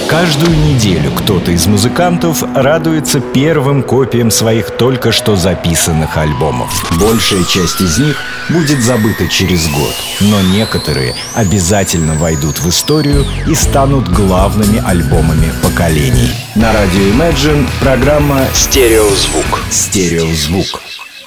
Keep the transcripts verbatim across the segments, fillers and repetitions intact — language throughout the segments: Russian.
Каждую неделю кто-то из музыкантов радуется первым копиям своих только что записанных альбомов. Большая часть из них будет забыта через год, но некоторые обязательно войдут в историю и станут главными альбомами поколений. На радио Imagine программа «Стереозвук». «Стереозвук».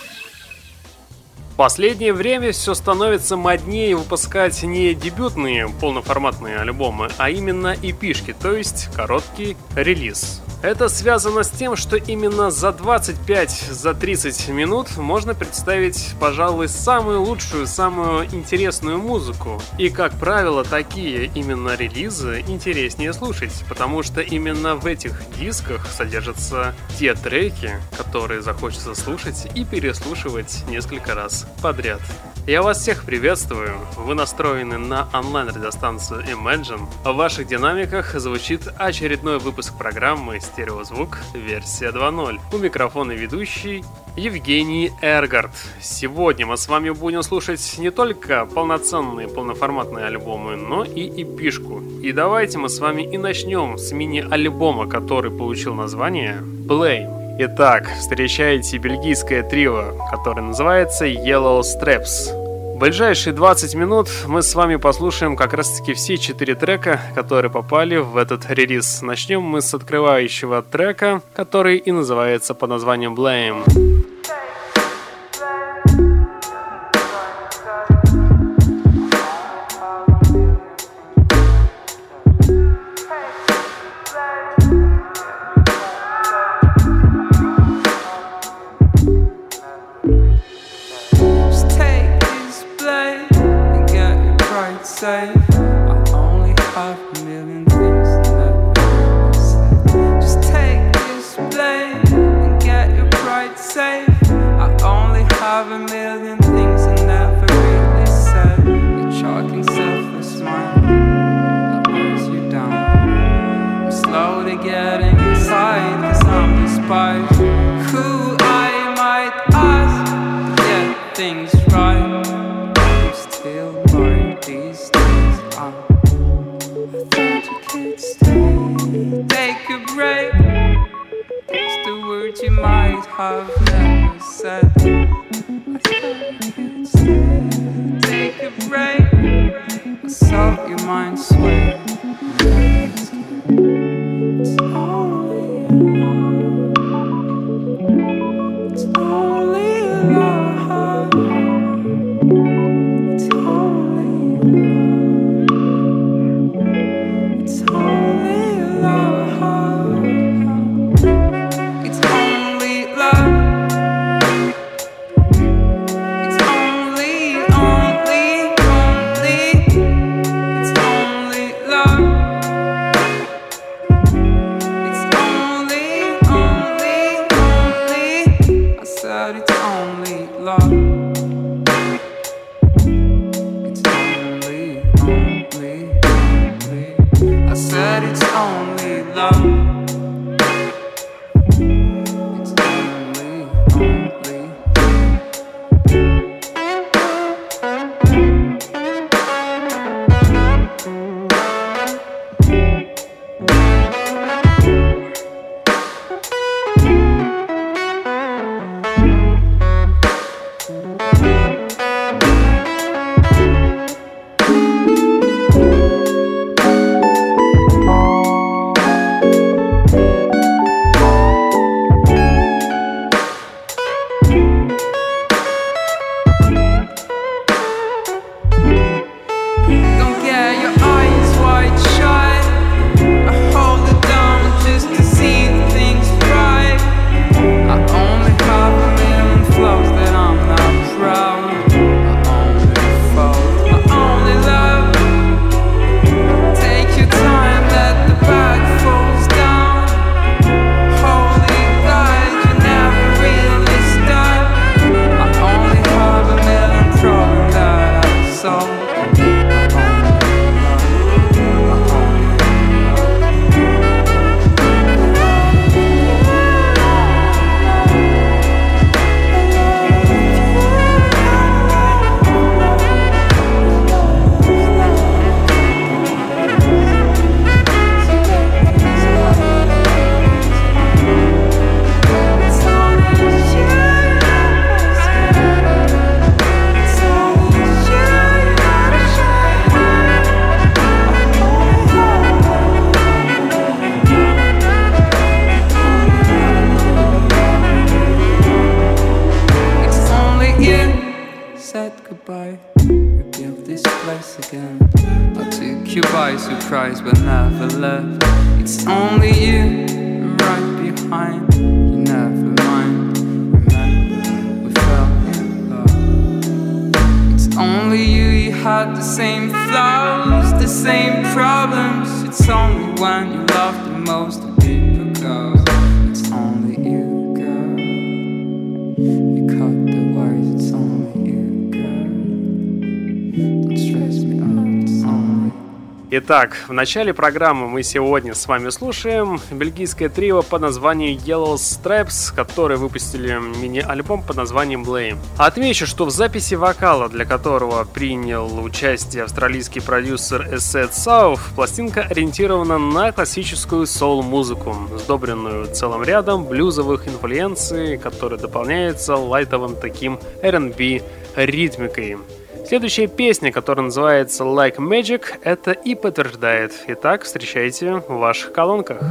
В последнее время все становится моднее выпускать не дебютные полноформатные альбомы, а именно эпишки, то есть короткий релиз. Это связано с тем, что именно за двадцать пять тридцать минут можно представить, пожалуй, самую лучшую, самую интересную музыку. И, как правило, такие именно релизы интереснее слушать, потому что именно в этих дисках содержатся те треки, которые захочется слушать и переслушивать несколько раз подряд. Я вас всех приветствую. Вы настроены на онлайн-радиостанцию Imagine. В ваших динамиках звучит очередной выпуск программы «Стереозвук. Версия два ноль». У микрофона ведущий Евгений Эргард. Сегодня мы с вами будем слушать не только полноценные полноформатные альбомы, но и эпишку. И давайте мы с вами и начнем с мини-альбома, который получил название Blame. Итак, встречайте бельгийское трио, которое называется Yellow Straps. В ближайшие двадцать минут мы с вами послушаем как раз таки все четыре трека, которые попали в этот релиз. Начнем мы с открывающего трека, который и называется под названием Blame. Safe. I only have a million things to never say. Just take this blame and get your pride safe. I only have a million things I never really said. You're chalking selfless mind that wears you down. I'm slowly getting inside, cause I'm despised. Who I might ask to get things right. I'm still worried these days. I thought you could stay. Take a break. It's the words you might have never said. I thought you could stay. Take a break. I saw your mind sway. It's only love. It's only love. It's surprised but never left. It's only you right behind. You never mind. Remember we fell in love. It's only you. You had the same flaws, the same problems. It's only when you love the most that people go. It's only you, girl. You cut the words. It's only you, girl. Don't stress me out. It's only. Итак, в начале программы мы сегодня с вами слушаем бельгийское трио под названием Yellow Stripes, которые выпустили мини-альбом под названием Blame. Отмечу, что в записи вокала, для которого принял участие австралийский продюсер Acid South, пластинка ориентирована на классическую соул-музыку, сдобренную целым рядом блюзовых инфлюенций, которые дополняются лайтовым таким эр энд би ритмикой. Следующая песня, которая называется Like Magic, это и подтверждает. Итак, встречайте в ваших колонках.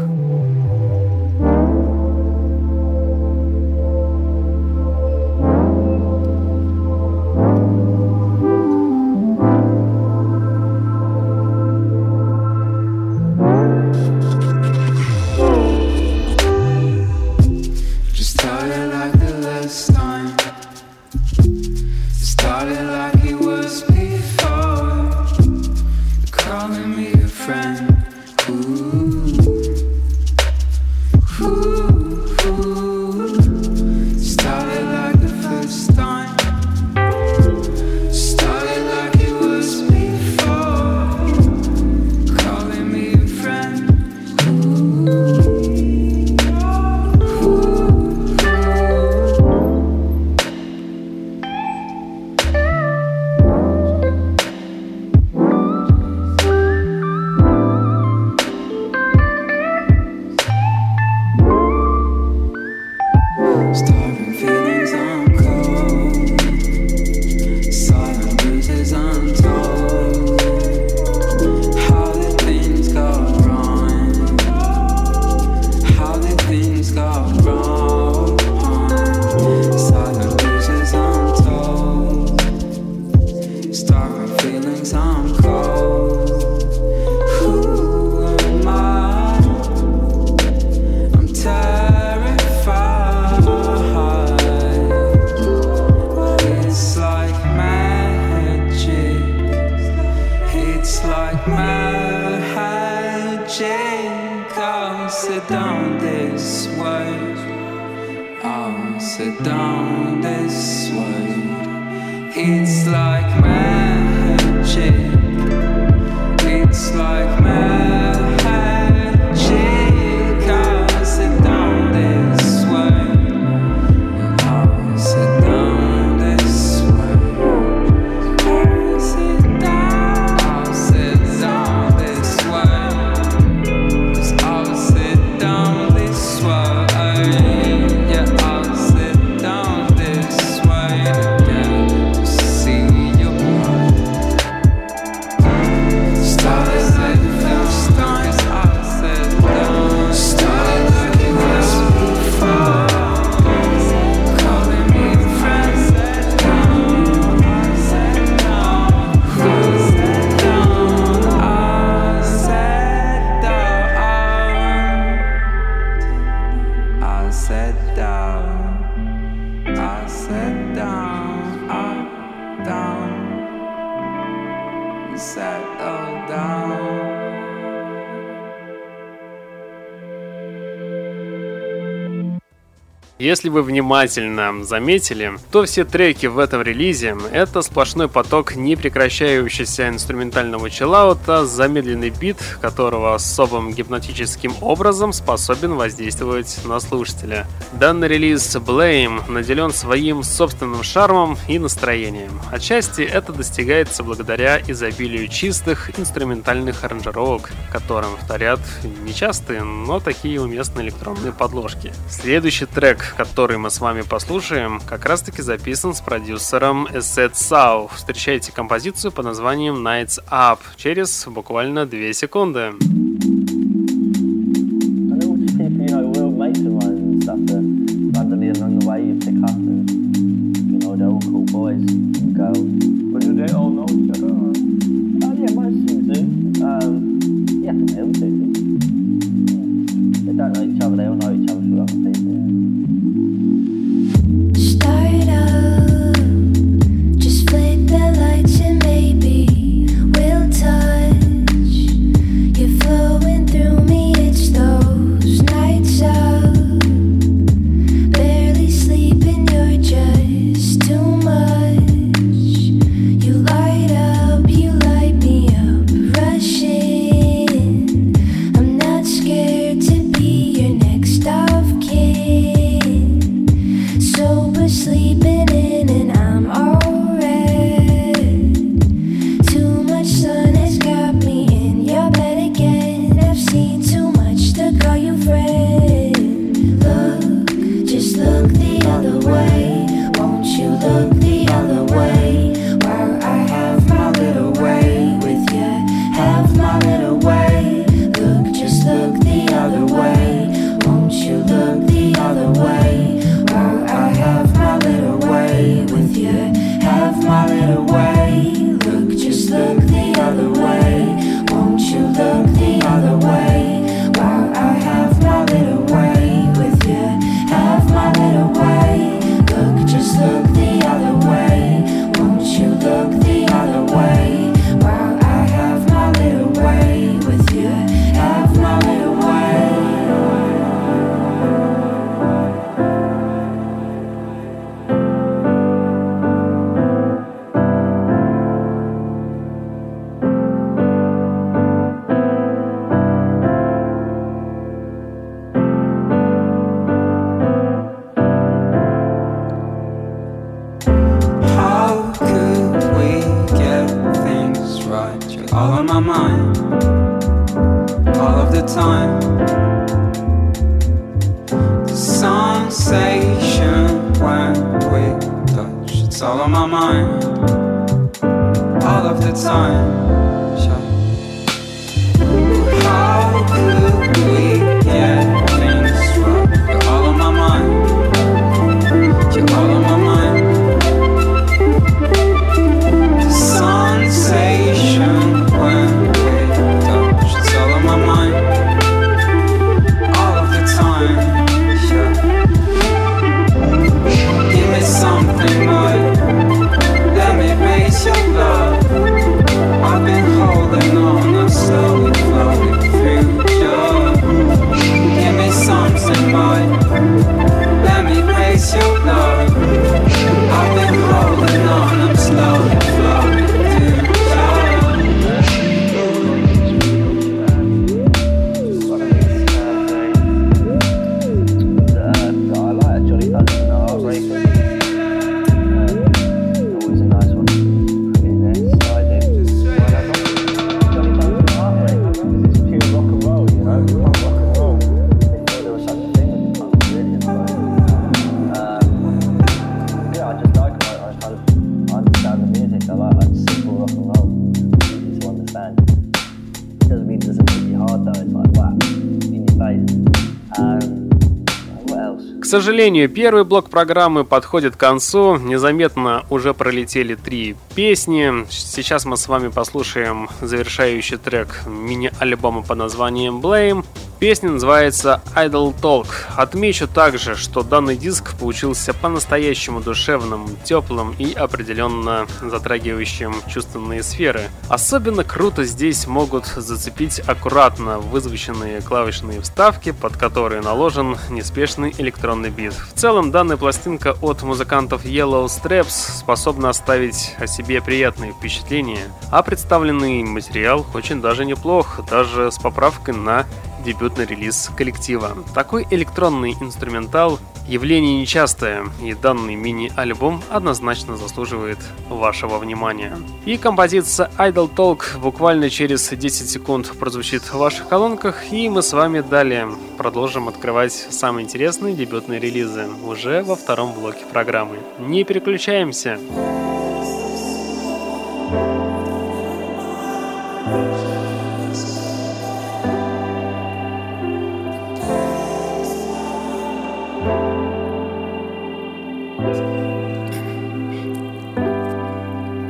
Если вы внимательно заметили, то все треки в этом релизе — это сплошной поток непрекращающегося инструментального чиллаута, замедленный бит, которого особым гипнотическим образом способен воздействовать на слушателя. Данный релиз Blame наделен своим собственным шармом и настроением. Отчасти это достигается благодаря изобилию чистых инструментальных аранжировок, которым вторят нечастые, но такие уместные электронные подложки. Следующий трек, который мы с вами послушаем, как раз таки записан с продюсером Acid South. Встречайте композицию под названием Nights Up через буквально две секунды. Um don't know each other, they all know each other through other people. Start up, just flip the lights and maybe we'll touch. You're flowing through me, it's those nights out. Barely sleeping, you're just too much. You light up, you light me up, rushing. I'm not scared to be your next of kin. Sober, sleeping in, and I'm alright. Too much sun has got me in your bed again. I've seen too much to call you friend. Look, just look the other way. Won't you look the other way? While I have my little way with you, have my little way. Look, just look the other way. Won't you look the other way? While I have my little way with you, have my little way. Look, just look the other way. Won't you look the other way? While I have my little way with you, have my little way. Look, just look the other way. Won't you look the other way? While I have my little way with you, have my little way. How could we get things right? You're all on my mind, all of the time. The sensation when we touch, it's all on my mind, all of the time. Sure. How could we get things right? You're all on my mind, you're all on my mind. Sensation when we touch, it's all on my mind, all of the time. Sure. Give me something, boy. Let me raise your love. I've been holding on, I'm slowly flowing through you. Give me something, boy. Let me raise your love. I've been holding on, I'm slowly flowing through you. One of these uh, that, uh, that I like, Johnny Thunder and Heartbreaker. Uh, always a nice one in there, so I do. Whatever. Johnny Thunder and Heartbreaker, because it's pure rock and roll, you know, punk rock and roll. Before there was such a thing as punk, really, I suppose. Um, yeah, I just like it. I, I kind of I understand the music. I like, like simple rock and roll. Easy to understand. It doesn't mean it doesn't hit you hard though. It's like whap in your face. Um, what else? К сожалению, первый блок программы подходит к концу. Незаметно уже пролетели три песни. Сейчас мы с вами послушаем завершающий трек мини-альбома под названием Blame. Песня называется Idle Talk. Отмечу также, что данный диск получился по-настоящему душевным, теплым и определенно затрагивающим чувственные сферы. Особенно круто здесь могут зацепить аккуратно вызвученные клавишные вставки, под которые наложен неспешный электронный бит. В целом, данная пластинка от музыкантов Yellow Straps способна оставить о себе приятные впечатления, а представленный материал очень даже неплох, даже с поправкой на дебютный релиз коллектива. Такой электронный инструментал – явление нечастое, и данный мини-альбом однозначно заслуживает вашего внимания. И композиция Idle Talk буквально через десять секунд прозвучит в ваших колонках, и мы с вами далее продолжим открывать самые интересные дебютные релизы уже во втором блоке программы. Не переключаемся!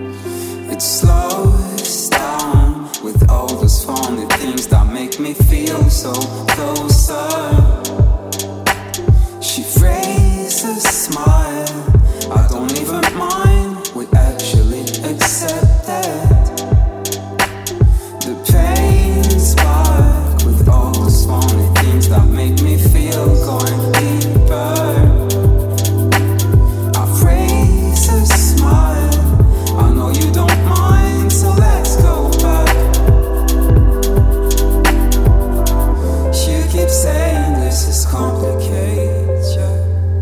It slows down with all those funny things that make me feel feel so closer. She raised a smile. I don't even mind. We actually accept that. The pain's back with all those funny things that make me feel going deeper. I raise a smile. I know you don't mind, so let's go back. She keeps saying this is complicated, yeah.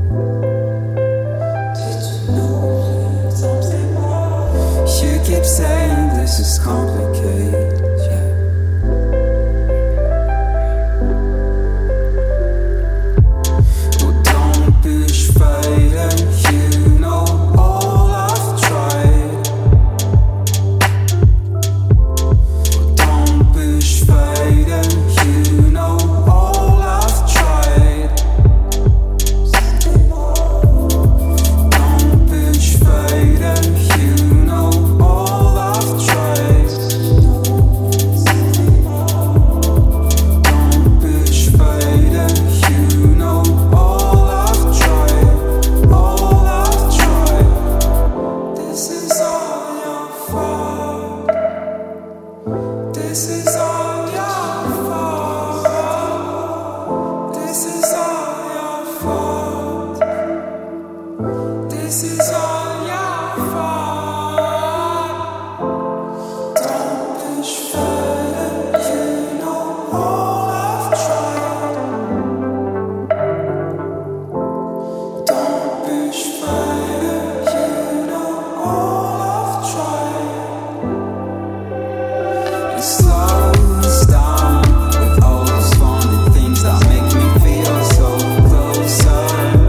Did you know something more? She keeps saying this is complicated, yeah. Well, don't push further, you know all I've tried. Well, don't push further, you know all I've tried. Don't push further, you know all I've tried. Don't push further, you know all I've tried. All I've tried. This is all your fault. This is all your fault. This is all your fault. This is all your fault. Don't push further, you know all I've tried. Don't push further, you know all I've tried. It slows down with all those funny things that make me feel so closer.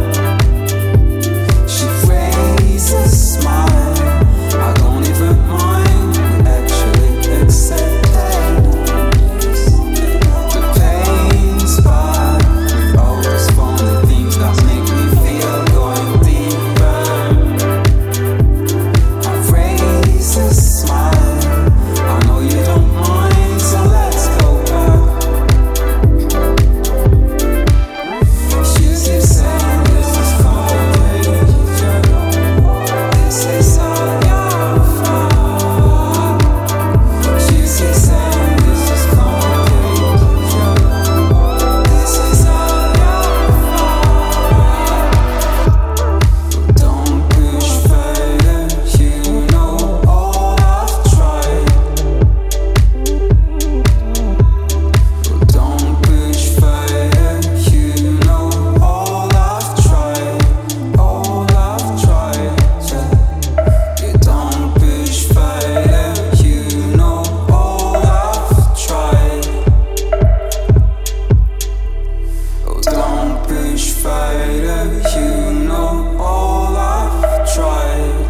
She raises a smile. I don't even mind. We actually accept that. The pain's bad with all those funny things that make me feel going deeper. I raise a smile. I know you don't mind, so let's go back. She keeps saying this is complicated. This is all your fault. She keeps saying this is complicated. This is all your fault. Don't push further, you know all I've tried. Don't push further, you know all I've tried. All I've tried, yeah. You don't push further, you know all I've tried. Oh, don't push further, you know all I've tried.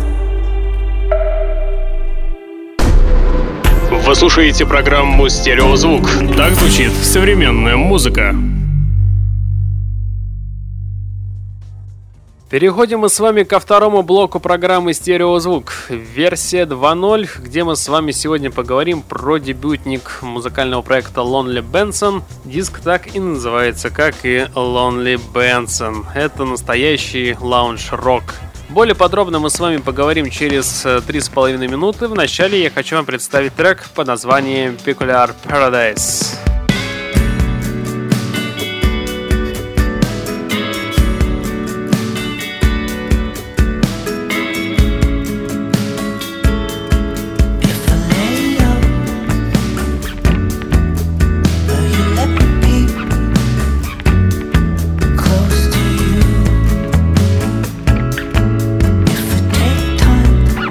Вы слушаете программу «Стереозвук». Так звучит современная музыка. Переходим мы с вами ко второму блоку программы «Стереозвук». Версия два ноль, где мы с вами сегодня поговорим про дебютник музыкального проекта Lonely Benson. Диск так и называется, как и Lonely Benson. Это настоящий лаунж-рок. Более подробно мы с вами поговорим через три с половиной минуты. Вначале я хочу вам представить трек под названием Peculiar Paradise.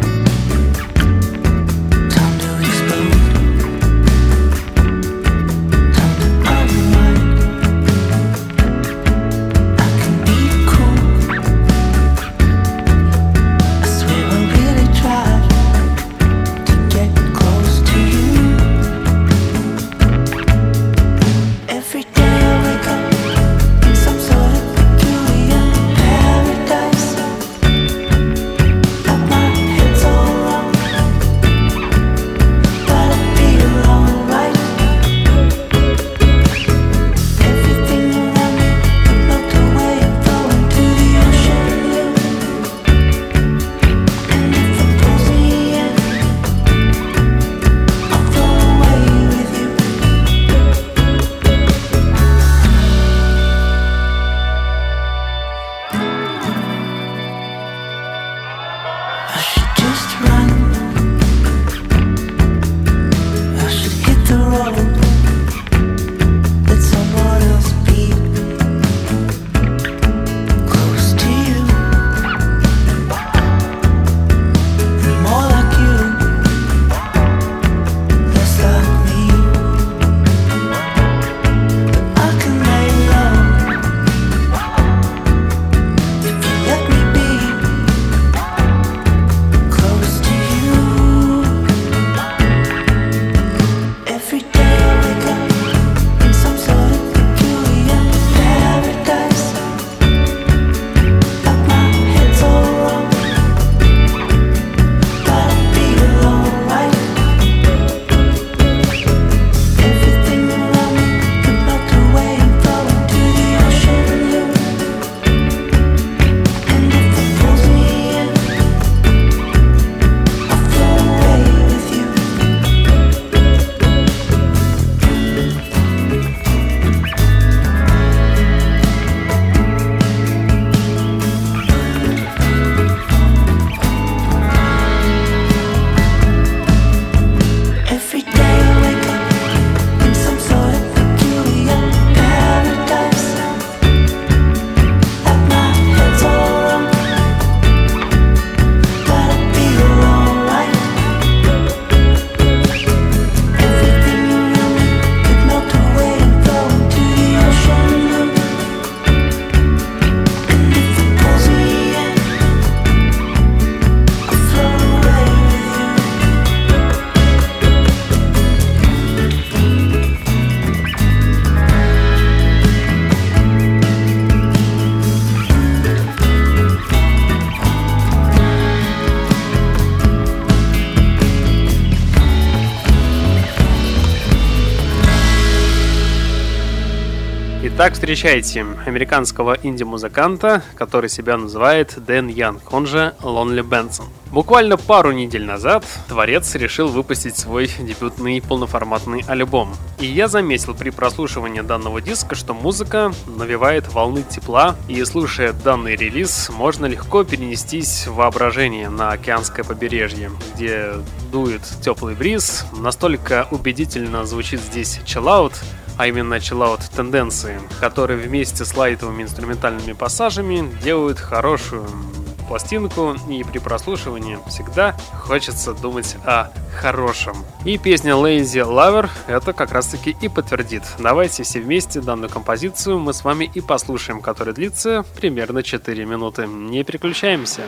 Time to explode. Итак, встречайте американского инди-музыканта, который себя называет Дэн Янг, он же Lonely Benson. Буквально пару недель назад творец решил выпустить свой дебютный полноформатный альбом. И я заметил при прослушивании данного диска, что музыка навевает волны тепла, и слушая данный релиз, можно легко перенестись в воображение на океанское побережье, где дует теплый бриз. Настолько убедительно звучит здесь чиллаут, а именно чиллаут тенденции, которые вместе с лайтовыми инструментальными пассажами делают хорошую пластинку, и при прослушивании всегда хочется думать о хорошем. И песня Lazy Lover это как раз таки и подтвердит. Давайте все вместе данную композицию мы с вами и послушаем, которая длится примерно четыре минуты. Не переключаемся.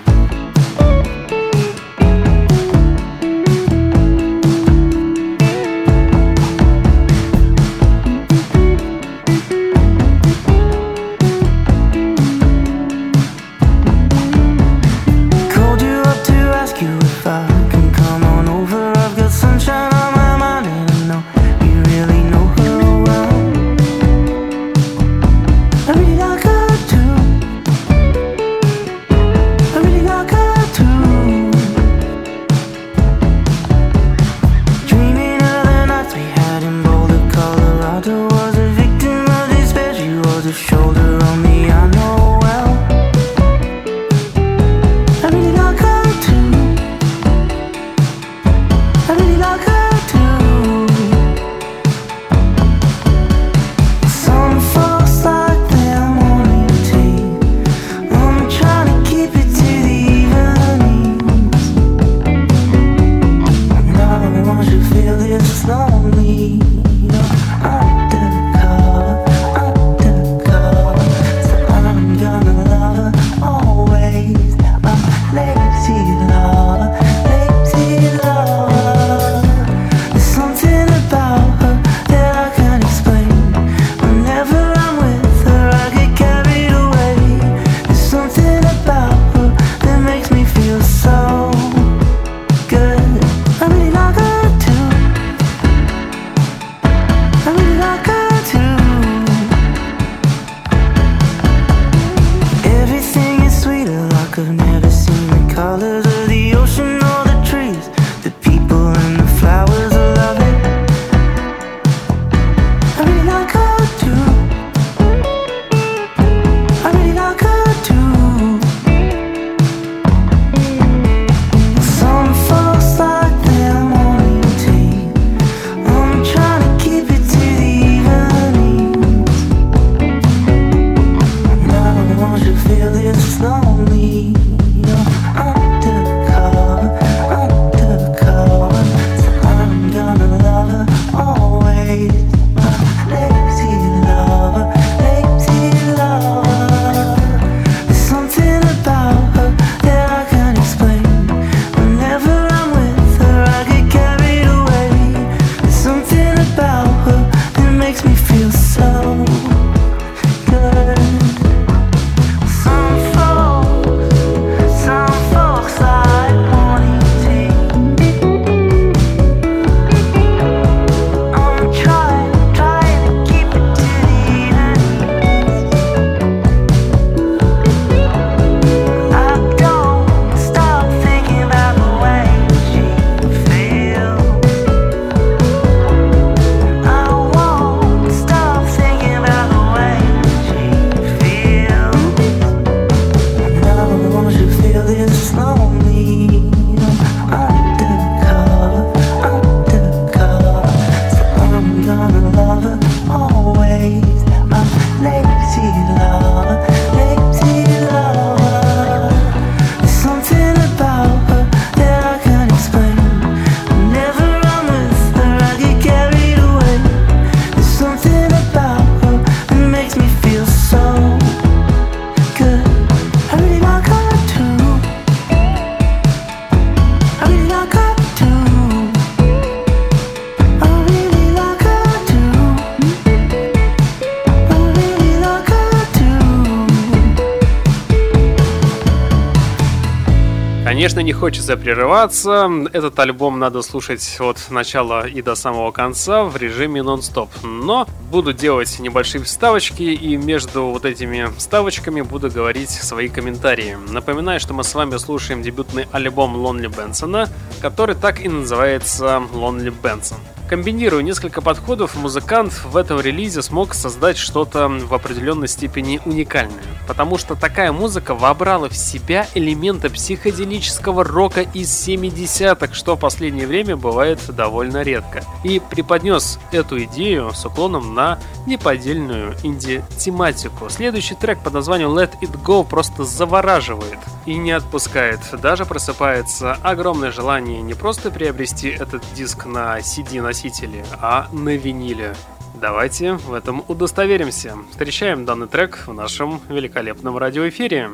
Конечно, не хочется прерываться. Этот альбом надо слушать от начала и до самого конца в режиме нон-стоп. Но буду делать небольшие вставочки, и между вот этими вставочками буду говорить свои комментарии. Напоминаю, что мы с вами слушаем дебютный альбом Лонли Бенсона, который так и называется Lonely Benson. Комбинируя несколько подходов, музыкант в этом релизе смог создать что-то в определенной степени уникальное, потому что такая музыка вобрала в себя элементы психоделического рока из семидесятых, что в последнее время бывает довольно редко, и преподнес эту идею с уклоном на неподдельную инди-тематику. Следующий трек под названием Let It Go просто завораживает и не отпускает. Даже просыпается огромное желание не просто приобрести этот диск на си ди-носителе, а на виниле. Давайте в этом удостоверимся. Встречаем данный трек в нашем великолепном радиоэфире.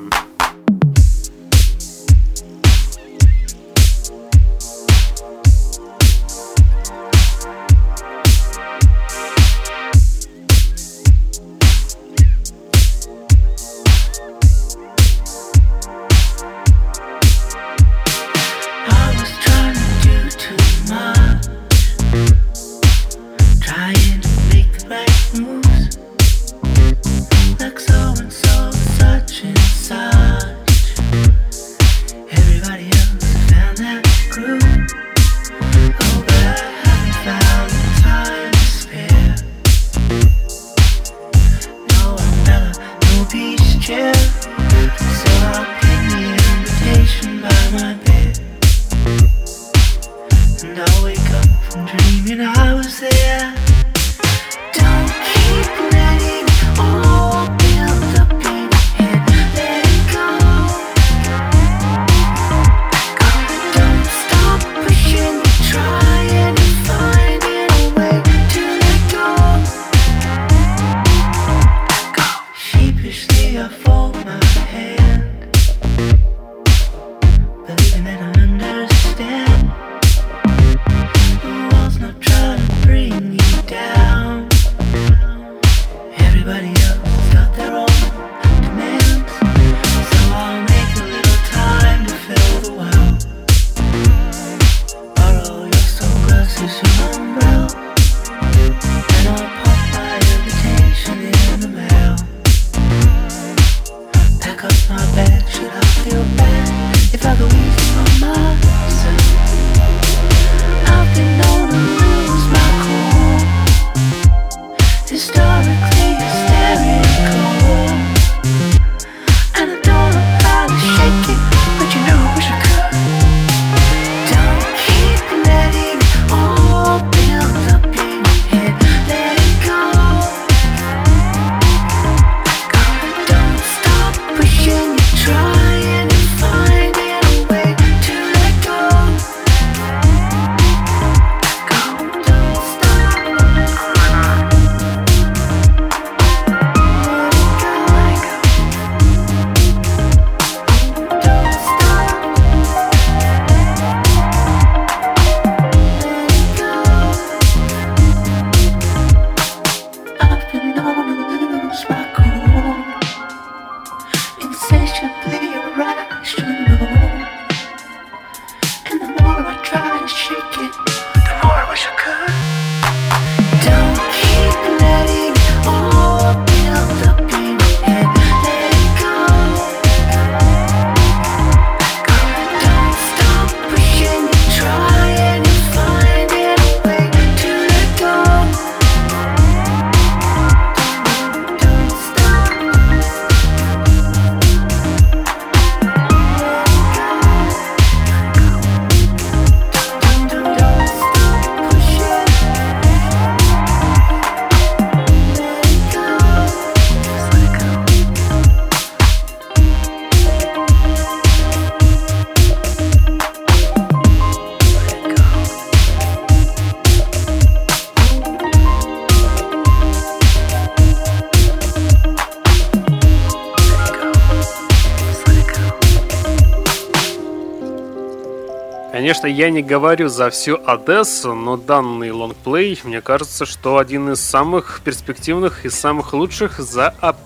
Конечно, я не говорю за всю Одессу, но данный лонгплей, мне кажется, что один из самых перспективных и самых лучших за апрель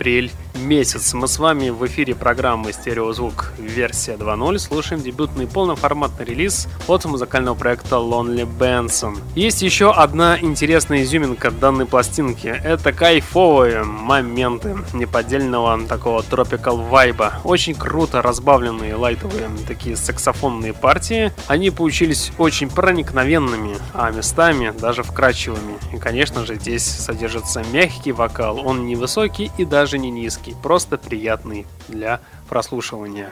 месяц. Мы с вами в эфире программы «Стереозвук» версия два ноль. Слушаем дебютный полноформатный релиз от музыкального проекта Lonely Benson. Есть еще одна интересная изюминка данной пластинки. Это кайфовые моменты неподдельного такого тропикал вайба. Очень круто разбавленные лайтовые такие саксофонные партии. Они получились очень проникновенными, а местами даже вкрадчивыми. И, конечно же, здесь содержится мягкий вокал. Он не высокий и даже не низкий. Просто приятный для прослушивания.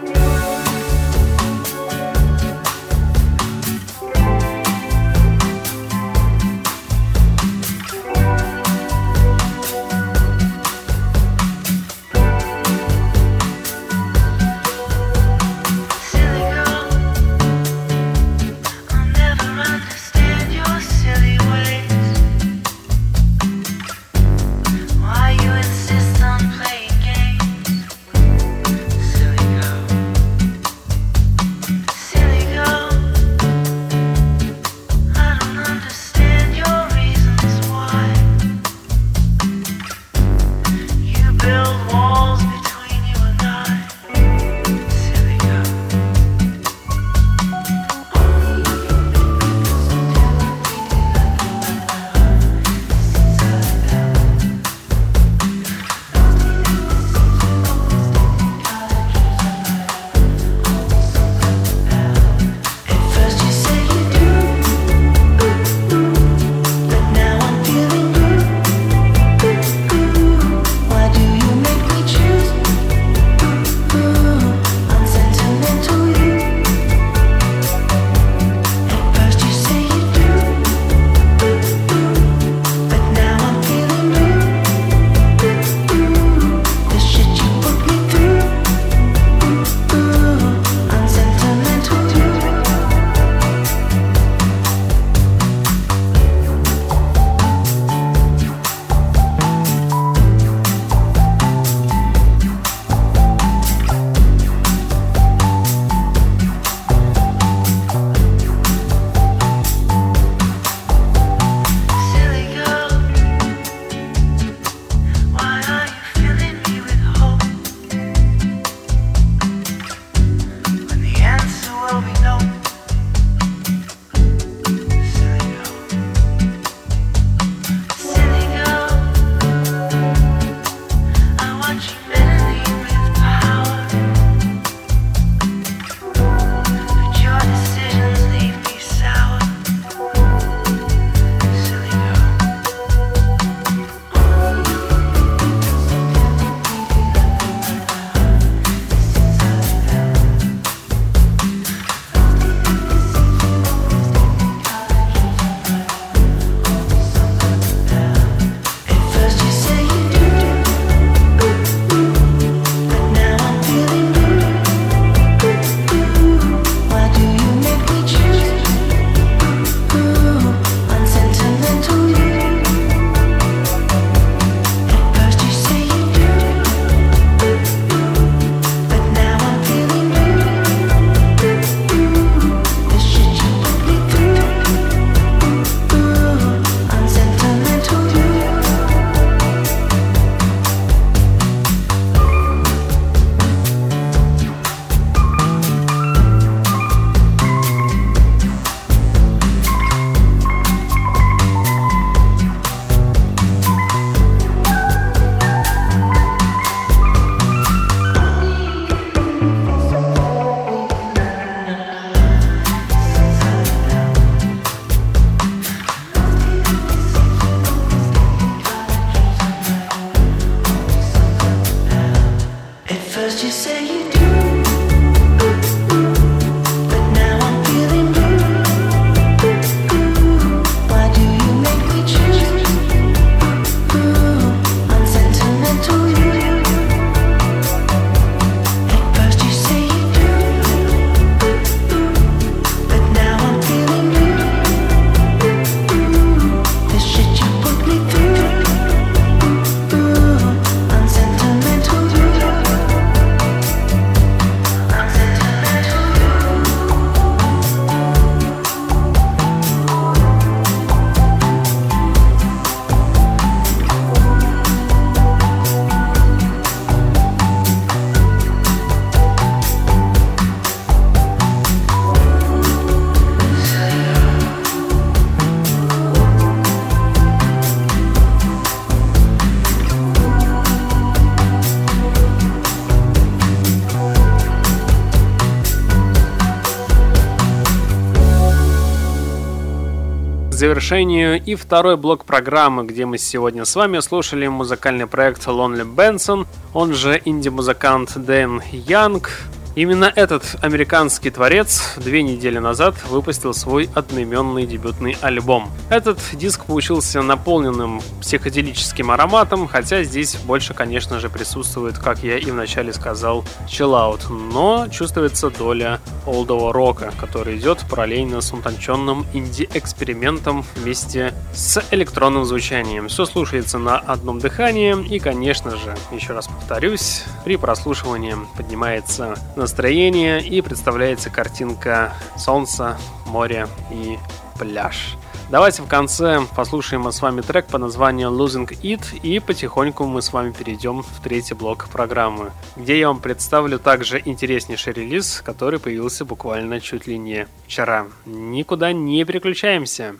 завершению и второй блок программы, где мы сегодня с вами слушали музыкальный проект Lonely Benson, он же инди-музыкант Дэн Янг. Именно этот американский творец две недели назад выпустил свой одноименный дебютный альбом. Этот диск получился наполненным психоделическим ароматом, хотя здесь больше, конечно же, присутствует, как я и вначале сказал, чиллаут, но чувствуется доля олдового рока, который идет параллельно с утонченным инди-экспериментом вместе с электронным звучанием. Все слушается на одном дыхании и, конечно же, еще раз повторюсь, при прослушивании поднимается настроение и представляется картинка солнца, моря и пляж. Давайте в конце послушаем мы с вами трек по названию Losing It, и потихоньку мы с вами перейдем в третий блок программы, где я вам представлю также интереснейший релиз, который появился буквально чуть ли не вчера. Никуда не переключаемся.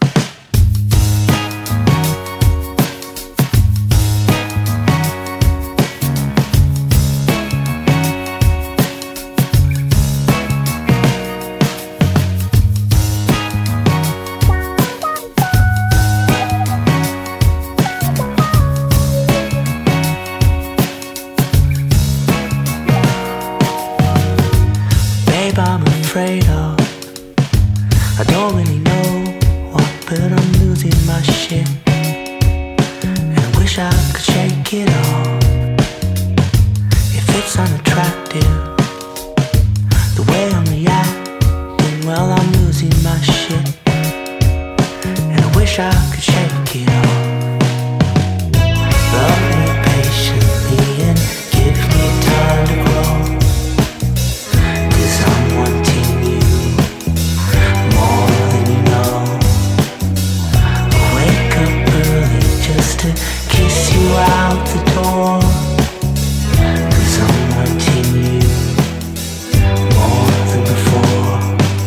I'm afraid of. I don't really know what, but I'm losing my shit. And I wish I could shake it off. If it's unattractive, the way I'm reacting, well, I'm losing my shit. And I wish I could shake it off. Love me patiently and give me time to grow. To kiss you out the door, 'cause I'm wanting you more than before.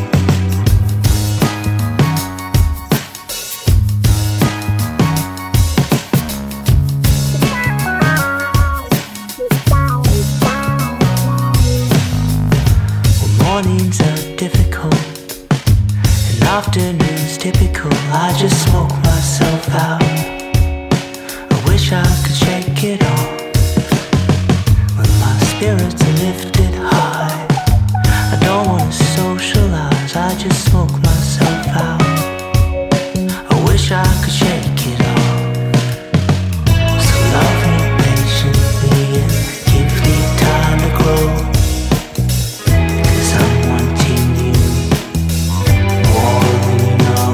Well, mornings are difficult and afternoons typical. I just smoke myself out. Wish I could shake it off. When my spirits are lifted high, I don't wanna socialize, I just smoke myself out. I wish I could shake it off. So love me patiently and give me time to grow. 'Cause I'm wanting you more than you know.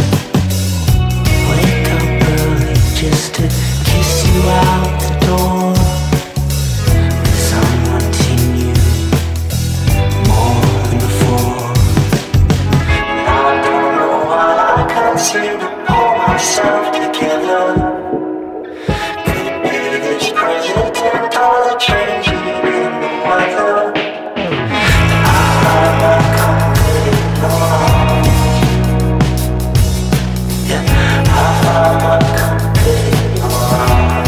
Wake up early just to kiss you out the door, 'cause I'm wanting you more than before. And I don't know why I can't seem to pull myself together. Could it be this president or the changing in the weather? I find my comfort in your arms. Yeah, I find my comfort in your arms.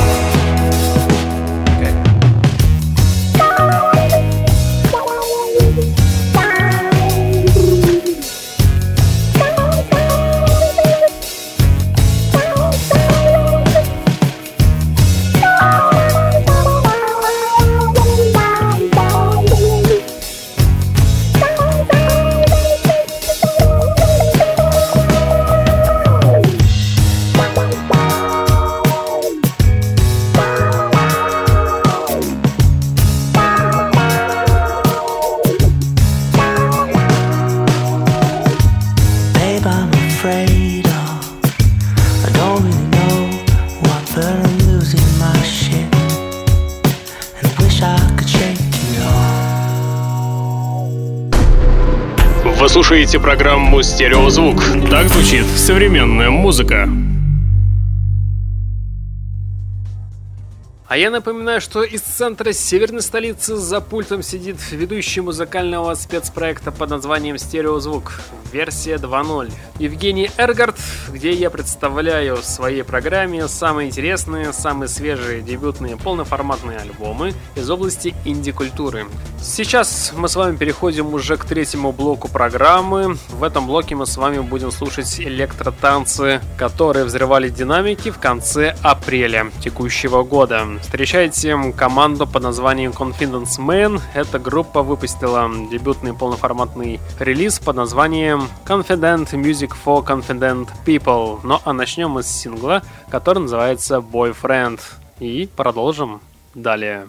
Вы слушаете программу «Стереозвук». Так звучит современная музыка. А я напоминаю, что из центра северной столицы за пультом сидит ведущий музыкального спецпроекта под названием «Стереозвук», версия два ноль. Евгений Эргард, где я представляю в своей программе самые интересные, самые свежие дебютные полноформатные альбомы из области инди-культуры. Сейчас мы с вами переходим уже к третьему блоку программы. В этом блоке мы с вами будем слушать электротанцы, которые взрывали динамики в конце апреля текущего года. Встречайте команду под названием Confidence Man. Эта группа выпустила дебютный полноформатный релиз под названием Confident Music for Confident People. Ну а начнем мы с сингла, который называется Boyfriend. И продолжим далее.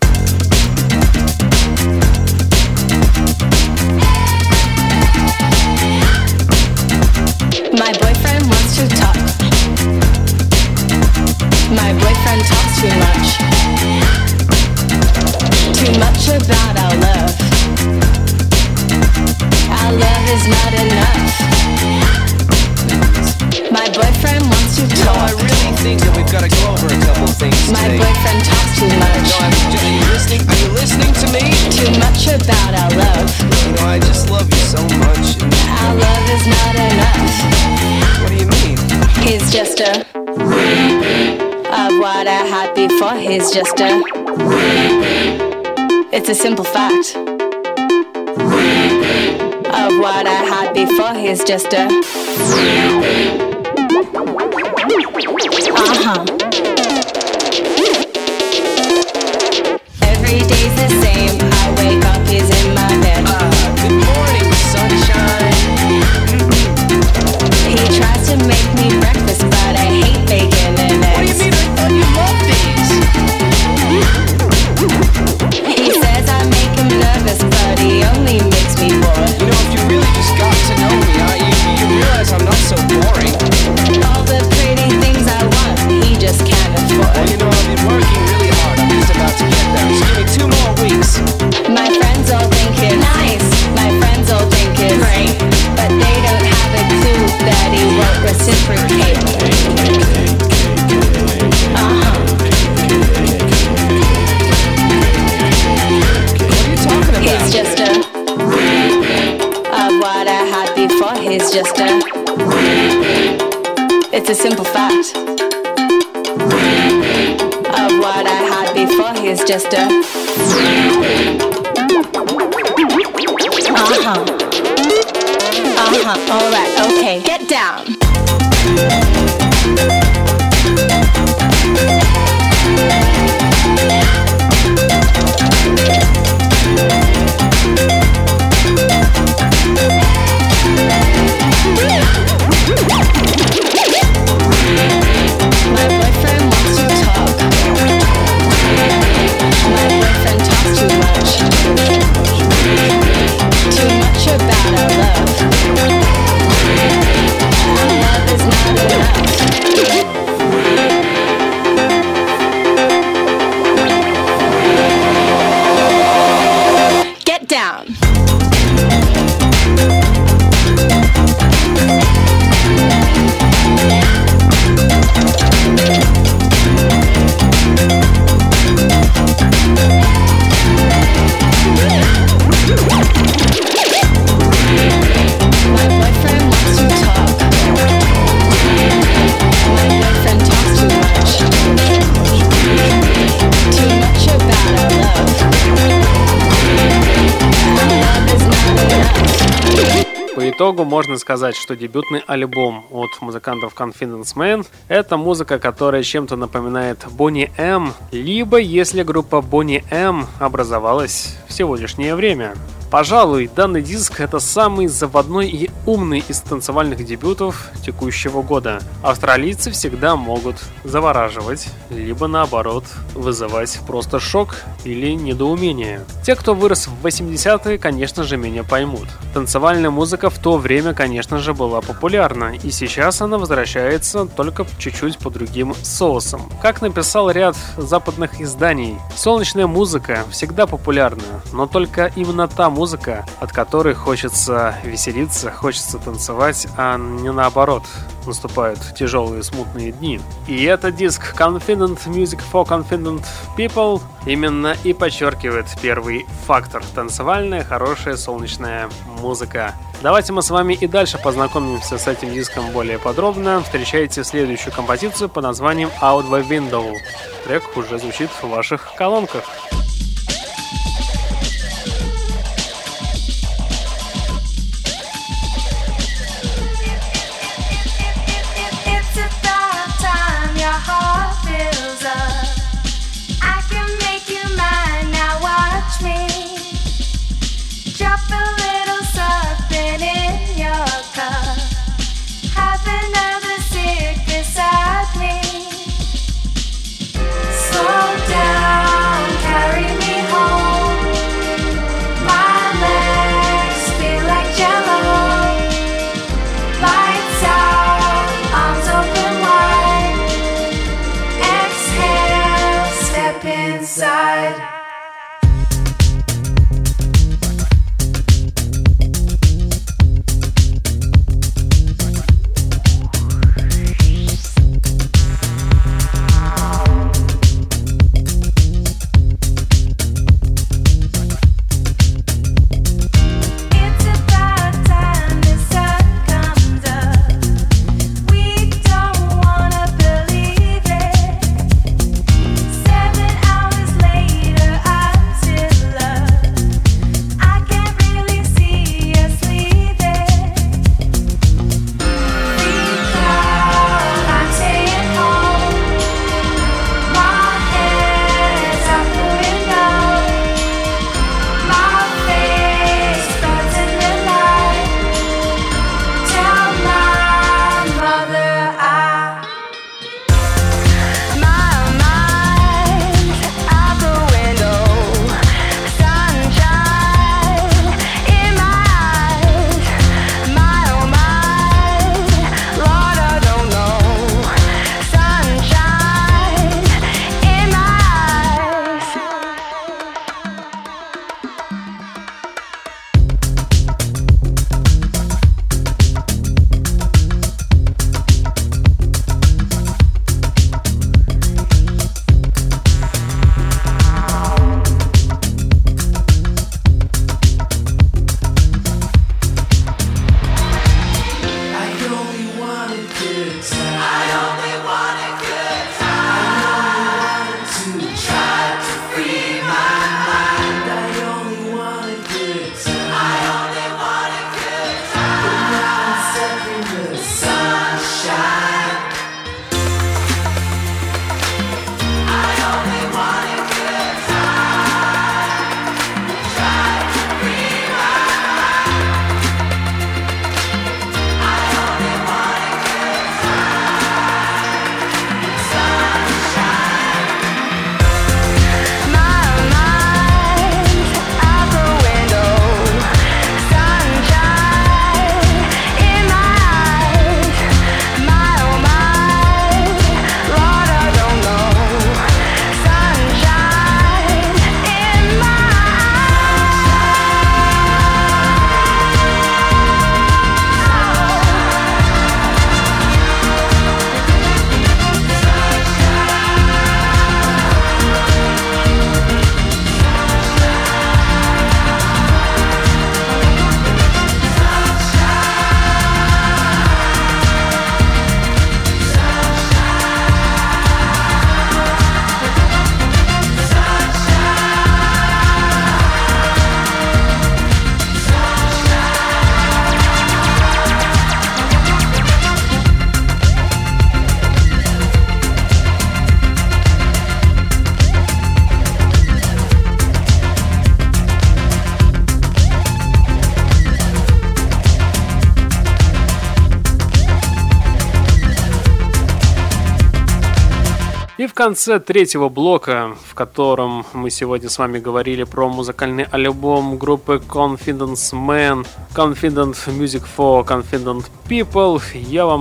My boyfriend wants to talk. My boyfriend talks too much. Too much about our love. Our love is not enough. My boyfriend wants to talk. No, I really think that we've got to go over a couple things today. My boyfriend talks too much. No, I'm just, are you listening? Are you listening to me? Too much about our love. You know, I just love you so much. And Our love is not enough. what do you mean? He's just a of what I had before. He's just a It's a simple fact. Of what I had before. He's just a Uh-huh. Every day's the same. I wake up, he's in my bed. Ah, good morning, sunshine. He tries to make me breakfast, but I hate bacon and eggs. What do you mean? I thought you loved these. He says I make him nervous, but he only makes me bored. You know, if you really just got to know me, I, you, you realize I'm not so boring. All the pretty things I want, he just can't Well, afford. you know, I've been working really hard. I'm just about to get there. Just give me two more weeks. My friends all think it's nice. My friends all think it's great, but they don't have a clue that he won't reciprocate. Uh-huh. What are you talking about? He's just a of what I had before. He's just a It's a simple fact. Of what I had before. He's just a Uh-huh. Uh-huh. All right. Okay. Get down. My boyfriend wants to talk. My boyfriend talks too much. Too much about our love. Our love is not enough. Get down. My boyfriend wants to talk. My boyfriend talks too much. Too much about our love. Our love is not enough. По итогу можно сказать, что дебютный альбом от музыкантов Confidence Man — это музыка, которая чем-то напоминает Boney M, либо если группа Boney M образовалась в сегодняшнее время. Пожалуй, данный диск — это самый заводной и умный из танцевальных дебютов текущего года. Австралийцы всегда могут завораживать, либо наоборот вызывать просто шок или недоумение. Те, кто вырос в восьмидесятые, конечно же, меня поймут. Танцевальная музыка в то время, конечно же, была популярна, и сейчас она возвращается только чуть-чуть по другим соусам. Как написал ряд западных изданий, солнечная музыка всегда популярна, но только именно та музыка, от которой хочется веселиться, хочется танцевать, а не наоборот, наступают тяжелые смутные дни. И этот диск Confident Music for Confident People именно и подчеркивает первый фактор — танцевальная, хорошая, солнечная музыка. Давайте мы с вами и дальше познакомимся с этим диском более подробно. Встречайте следующую композицию под названием Out the Window. Трек уже звучит в ваших колонках. И в конце третьего блока, в котором мы сегодня с вами говорили про музыкальный альбом группы Confidence Man, Confident Music for Confident People, я вам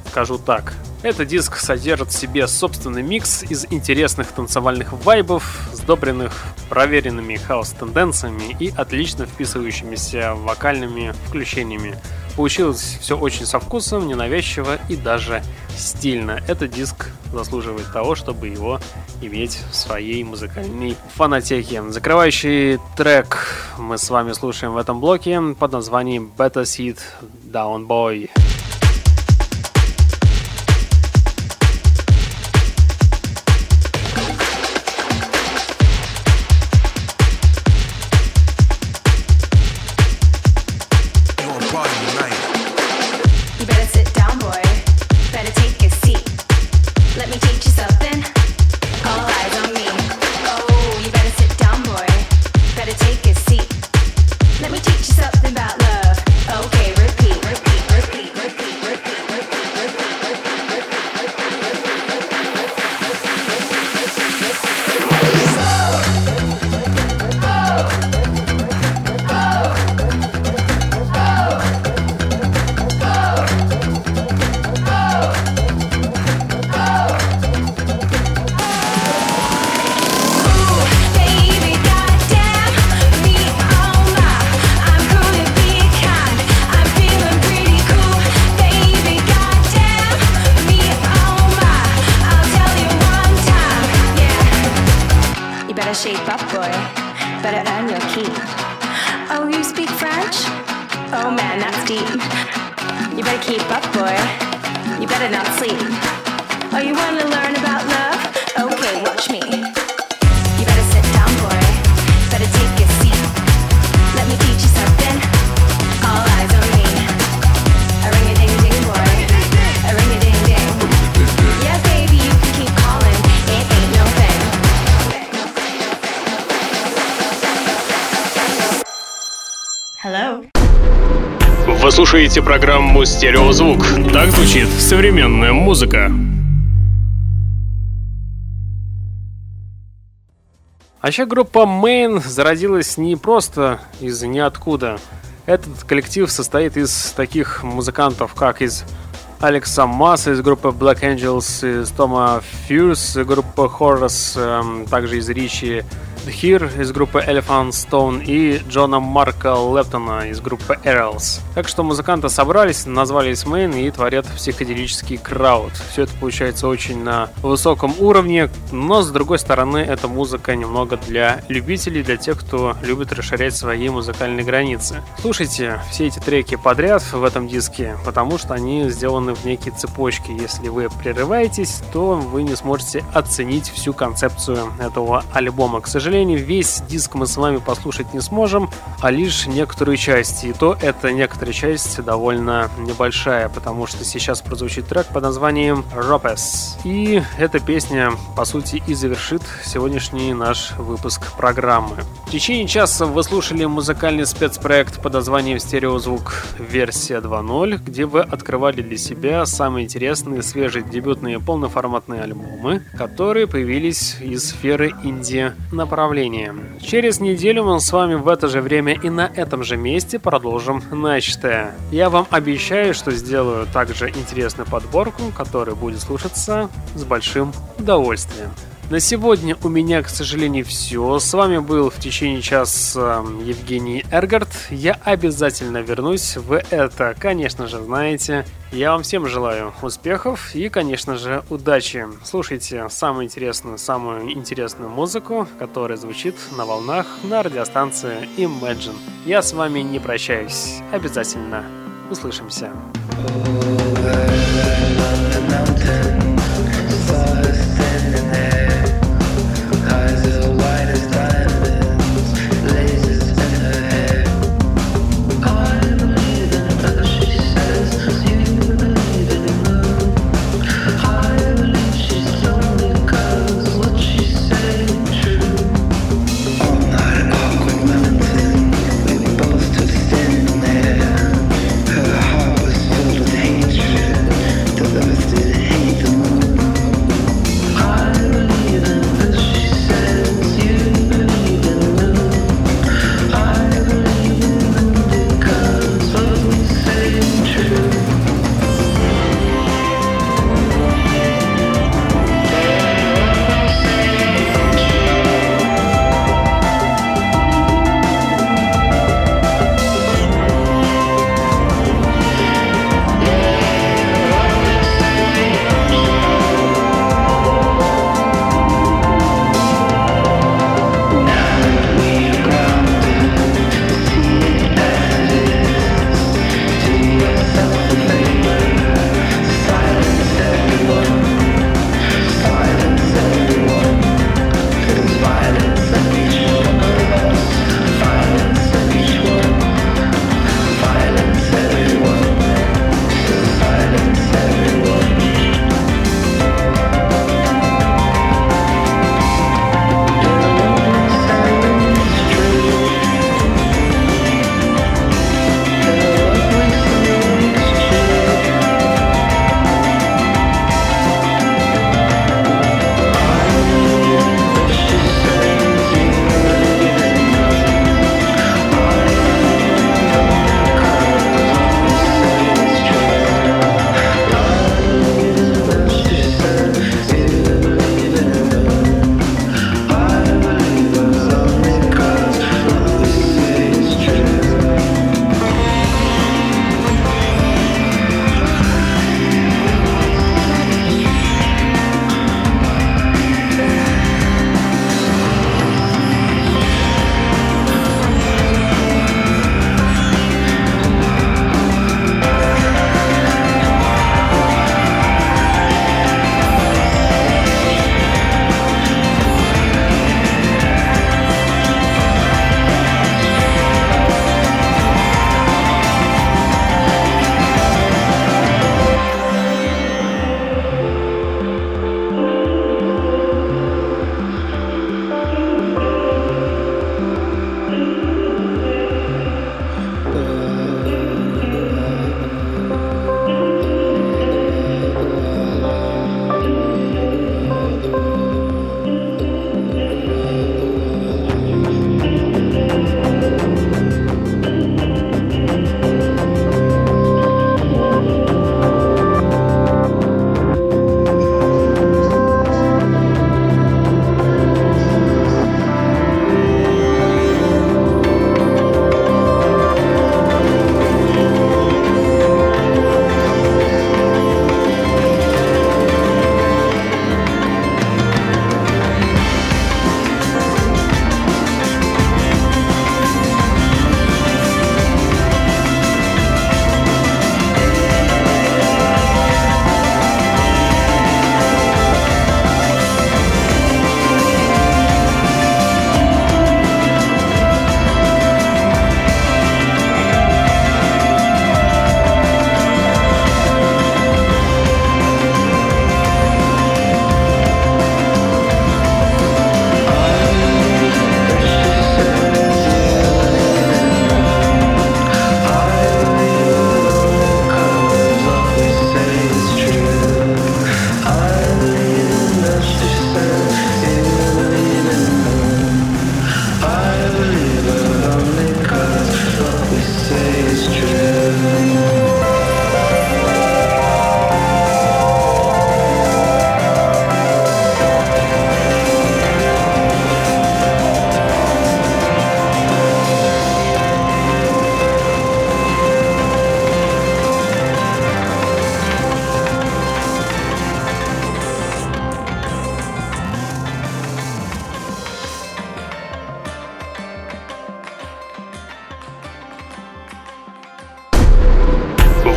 скажу так. Этот диск содержит в себе собственный микс из интересных танцевальных вайбов, сдобренных проверенными хаос-тенденциями и отлично вписывающимися вокальными включениями. Получилось все очень со вкусом, ненавязчиво и даже стильно. Этот диск заслуживает того, чтобы его иметь в своей музыкальной фонотеке. Закрывающий трек мы с вами слушаем в этом блоке под названием Better Sit Down Boy. Shape up, boy. Better earn your keep. Oh, you speak French? Oh man, that's deep. You better keep up, boy. You better not sleep. Oh, you wanna learn about love? Okay, watch me. You better sit down, boy. Better take a seat. Let me teach you something. All eyes on me. A ring-a-ding-ding, boy. A ring-a-ding-ding. Yeah, baby, you can keep calling. It ain't no thing. Hello. Вы слушаете программу «Стереозвук». Так звучит современная музыка. Вообще группа Main зародилась не просто из ниоткуда. Этот коллектив состоит из таких музыкантов, как из Алекса Масса из группы Black Angels, из Тома Фьюз из группы Horus, также из Ричи Here из группы Elephant Stone и Джона Марка Лептона из группы Errls. Так что музыканты собрались, назвались Main и творят психоделический крауд. Все это получается очень на высоком уровне, но с другой стороны эта музыка немного для любителей, для тех, кто любит расширять свои музыкальные границы. Слушайте все эти треки подряд в этом диске, потому что они сделаны в некие цепочки. Если вы прерываетесь, то вы не сможете оценить всю концепцию этого альбома. К сожалению, весь диск мы с вами послушать не сможем, а лишь некоторые части. И то эта некоторая часть довольно небольшая, потому что сейчас прозвучит трек под названием Ropes. И эта песня, по сути, и завершит сегодняшний наш выпуск программы. В течение часа вы слушали музыкальный спецпроект под названием «Стереозвук. Версия два ноль», где вы открывали для себя самые интересные, свежие, дебютные полноформатные альбомы, которые появились из сферы инди-направления. Через неделю мы с вами в это же время и на этом же месте продолжим начатое. Я вам обещаю, что сделаю также интересную подборку, которая будет слушаться с большим удовольствием. На сегодня у меня, к сожалению, все. С вами был в течение часа Евгений Эргард. Я обязательно вернусь. Вы это, конечно же, знаете. Я вам всем желаю успехов и, конечно же, удачи. Слушайте самую интересную, самую интересную музыку, которая звучит на волнах на радиостанции Imagine. Я с вами не прощаюсь. Обязательно услышимся. Hate the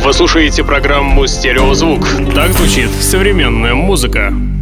Вы слушаете программу «Стереозвук». Так звучит современная музыка.